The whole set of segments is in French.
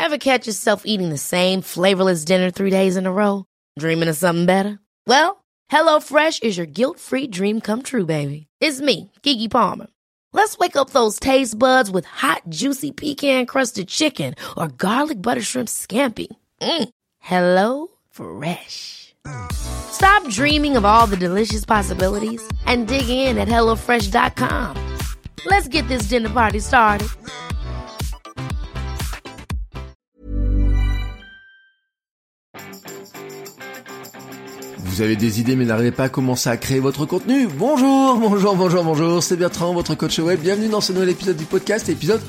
Ever catch yourself eating the same flavorless dinner 3 days in a row? Dreaming of something better? Well, HelloFresh is your guilt-free dream come true, baby. It's me, Keke Palmer. Let's wake up those taste buds with hot, juicy pecan-crusted chicken or garlic butter shrimp scampi. Hello Fresh. Stop dreaming of all the delicious possibilities and dig in at HelloFresh.com. Let's get this dinner party started. Vous avez des idées mais n'arrivez pas à commencer à créer votre contenu? Bonjour, c'est Bertrand, votre coach web. Bienvenue dans ce nouvel épisode du podcast, épisode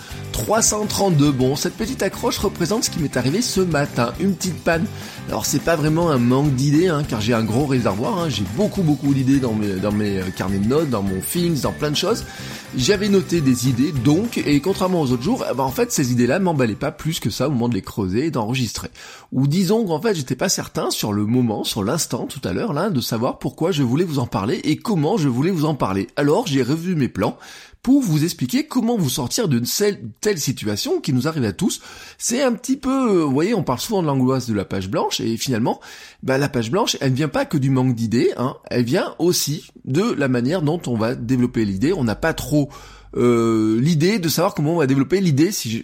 332. Bon, cette petite accroche représente ce qui m'est arrivé ce matin, une petite panne. Alors c'est pas vraiment un manque d'idées, car j'ai un gros réservoir, j'ai beaucoup d'idées dans mes carnets de notes, dans mon Things, dans plein de choses. J'avais noté des idées donc, et contrairement aux autres jours, en fait ces idées-là m'emballaient pas plus que ça au moment de les creuser et d'enregistrer. Ou disons qu'en fait j'étais pas certain sur le moment, sur l'instant tout à l'heure là, de savoir pourquoi je voulais vous en parler et comment je voulais vous en parler. Alors j'ai revu mes plans pour vous expliquer comment vous sortir d'une telle situation qui nous arrive à tous. C'est un petit peu, vous voyez, on parle souvent de l'angoisse de la page blanche, et finalement, la page blanche, elle ne vient pas que du manque d'idées, elle vient aussi de la manière dont on va développer l'idée. On n'a pas trop l'idée de savoir comment on va développer l'idée, si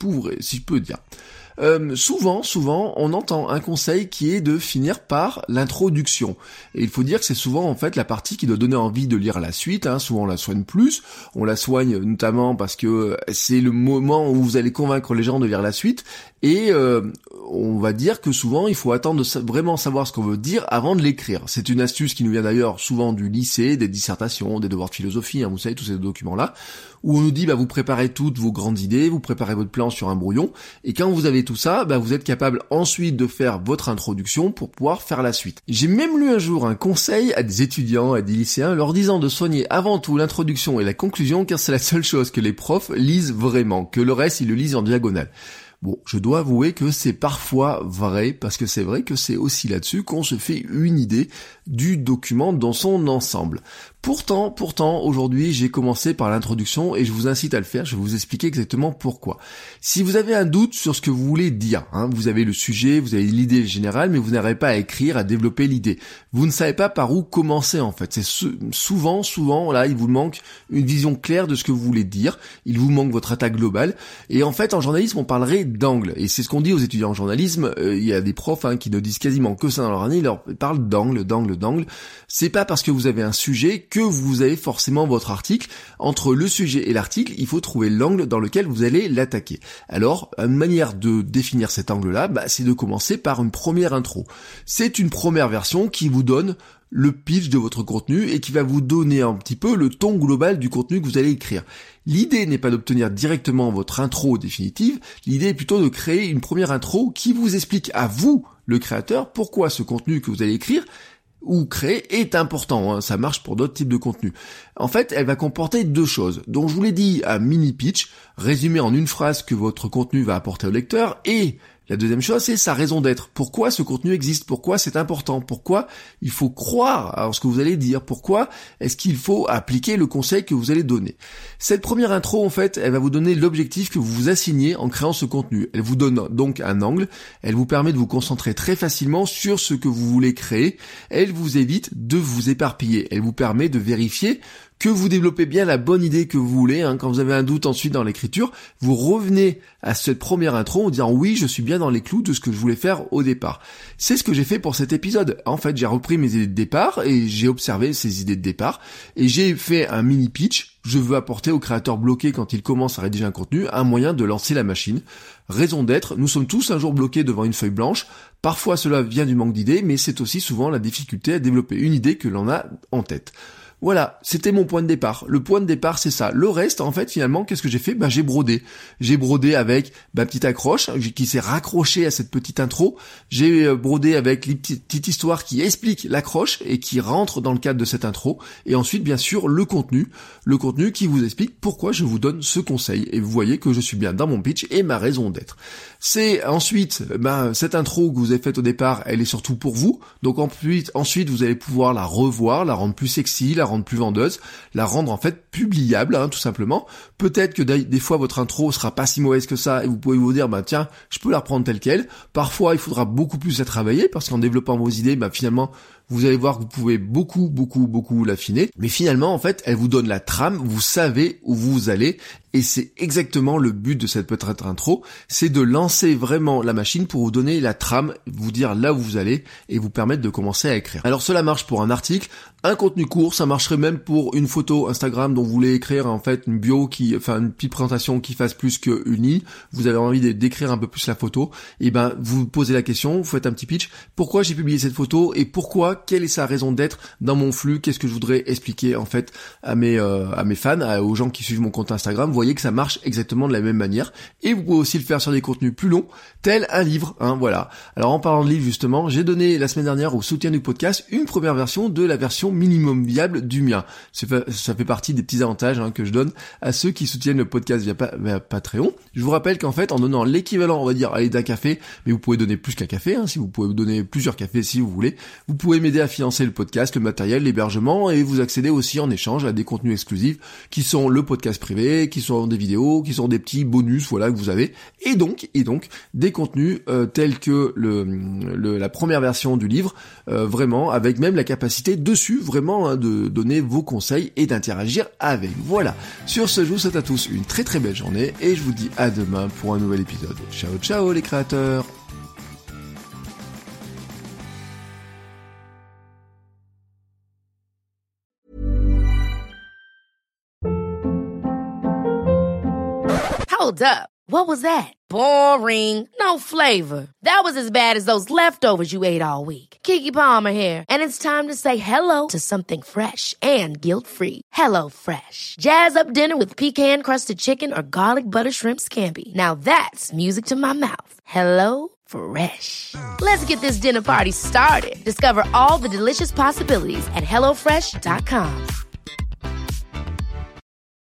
je peux dire. Souvent, on entend un conseil qui est de finir par l'introduction. Et il faut dire que c'est souvent en fait la partie qui doit donner envie de lire la suite. Souvent on la soigne plus. On la soigne notamment parce que c'est le moment où vous allez convaincre les gens de lire la suite. Et on va dire que souvent il faut attendre de vraiment savoir ce qu'on veut dire avant de l'écrire. C'est une astuce qui nous vient d'ailleurs souvent du lycée, des dissertations, des devoirs de philosophie, vous savez, tous ces documents-là, où on nous dit vous préparez toutes vos grandes idées, vous préparez votre plan sur un brouillon, et quand vous avez tout ça, vous êtes capable ensuite de faire votre introduction pour pouvoir faire la suite. J'ai même lu un jour un conseil à des étudiants, à des lycéens, leur disant de soigner avant tout l'introduction et la conclusion, car c'est la seule chose que les profs lisent vraiment, que le reste ils le lisent en diagonale. Bon, je dois avouer que c'est parfois vrai, parce que c'est vrai que c'est aussi là-dessus qu'on se fait une idée du document dans son ensemble. Pourtant, aujourd'hui, j'ai commencé par l'introduction et je vous incite à le faire, je vais vous expliquer exactement pourquoi. Si vous avez un doute sur ce que vous voulez dire, vous avez le sujet, vous avez l'idée générale, mais vous n'arrivez pas à écrire, à développer l'idée. Vous ne savez pas par où commencer en fait. C'est souvent, là, il vous manque une vision claire de ce que vous voulez dire, il vous manque votre attaque globale, et en fait, en journalisme, on parlerait d'angle, et c'est ce qu'on dit aux étudiants en journalisme. Il y a des profs qui ne disent quasiment que ça dans leur année, ils leur parlent d'angle. C'est pas parce que vous avez un sujet que vous avez forcément votre article. Entre le sujet et l'article, il faut trouver l'angle dans lequel vous allez l'attaquer. Alors, une manière de définir cet angle-là, c'est de commencer par une première intro. C'est une première version qui vous donne le pitch de votre contenu et qui va vous donner un petit peu le ton global du contenu que vous allez écrire. L'idée n'est pas d'obtenir directement votre intro définitive, l'idée est plutôt de créer une première intro qui vous explique à vous, le créateur, pourquoi ce contenu que vous allez écrire ou créer est important, ça marche pour d'autres types de contenus. En fait, elle va comporter deux choses. Donc je vous l'ai dit, un mini pitch, résumé en une phrase que votre contenu va apporter au lecteur, et la deuxième chose, c'est sa raison d'être. Pourquoi ce contenu existe? Pourquoi c'est important? Pourquoi il faut croire à ce que vous allez dire? Pourquoi est-ce qu'il faut appliquer le conseil que vous allez donner? Cette première intro, en fait, elle va vous donner l'objectif que vous vous assignez en créant ce contenu. Elle vous donne donc un angle. Elle vous permet de vous concentrer très facilement sur ce que vous voulez créer. Elle vous évite de vous éparpiller. Elle vous permet de vérifier que vous développez bien la bonne idée que vous voulez. Quand vous avez un doute ensuite dans l'écriture, vous revenez à cette première intro en disant oui, je suis bien dans les clous de ce que je voulais faire au départ. C'est ce que j'ai fait pour cet épisode. En fait, j'ai repris mes idées de départ et j'ai observé ces idées de départ et j'ai fait un mini pitch. Je veux apporter au créateur bloqué quand il commence à rédiger un contenu un moyen de lancer la machine. Raison d'être, nous sommes tous un jour bloqués devant une feuille blanche. Parfois cela vient du manque d'idées, mais c'est aussi souvent la difficulté à développer une idée que l'on a en tête. Voilà, c'était mon point de départ. Le point de départ, c'est ça. Le reste, en fait, finalement, qu'est-ce que j'ai fait ? J'ai brodé. J'ai brodé avec ma petite accroche qui s'est raccrochée à cette petite intro. J'ai brodé avec les petites histoires qui expliquent l'accroche et qui rentrent dans le cadre de cette intro. Et ensuite, bien sûr, le contenu qui vous explique pourquoi je vous donne ce conseil. Et vous voyez que je suis bien dans mon pitch et ma raison d'être. C'est ensuite, cette intro que vous avez faite au départ, elle est surtout pour vous. Donc ensuite, vous allez pouvoir la revoir, la rendre plus sexy, la rendre rendre plus vendeuse, la rendre en fait publiable, tout simplement. Peut-être que des fois votre intro sera pas si mauvaise que ça et vous pouvez vous dire tiens, je peux la reprendre telle quelle. Parfois il faudra beaucoup plus la travailler parce qu'en développant vos idées, finalement vous allez voir que vous pouvez beaucoup l'affiner. Mais finalement, en fait, elle vous donne la trame, vous savez où vous allez. Et c'est exactement le but de cette petite intro, c'est de lancer vraiment la machine pour vous donner la trame, vous dire là où vous allez et vous permettre de commencer à écrire. Alors cela marche pour un article, un contenu court, ça marcherait même pour une photo Instagram dont vous voulez écrire en fait une bio une petite présentation qui fasse plus qu'une ligne. Vous avez envie d'écrire un peu plus la photo, et vous posez la question, vous faites un petit pitch. Pourquoi j'ai publié cette photo et pourquoi? Quelle est sa raison d'être dans mon flux? Qu'est-ce que je voudrais expliquer en fait à mes fans, aux gens qui suivent mon compte Instagram? Vous voyez que ça marche exactement de la même manière. Et vous pouvez aussi le faire sur des contenus plus longs, tel un livre. Voilà. Alors en parlant de livre justement, j'ai donné la semaine dernière au soutien du podcast une première version de la version minimum viable du mien. Ça fait partie des petits avantages que je donne à ceux qui soutiennent le podcast via Patreon. Je vous rappelle qu'en fait, en donnant l'équivalent, on va dire, d'un café, mais vous pouvez donner plus qu'un café, si vous pouvez vous donner plusieurs cafés si vous voulez, vous pouvez m'aider à financer le podcast, le matériel, l'hébergement, et vous accédez aussi en échange à des contenus exclusifs qui sont le podcast privé, qui sont des vidéos, qui sont des petits bonus, que vous avez, et donc des contenus tels que la première version du livre, vraiment avec même la capacité dessus vraiment de donner vos conseils et d'interagir avec. Voilà. Sur ce, je vous souhaite à tous une très très belle journée et je vous dis à demain pour un nouvel épisode. Ciao les créateurs. Hold up. What was that? Boring. No flavor. That was as bad as those leftovers you ate all week. Keke Palmer here, and it's time to say hello to something fresh and guilt-free. Hello Fresh. Jazz up dinner with pecan-crusted chicken or garlic butter shrimp scampi. Now that's music to my mouth. Hello Fresh. Let's get this dinner party started. Discover all the delicious possibilities at HelloFresh.com.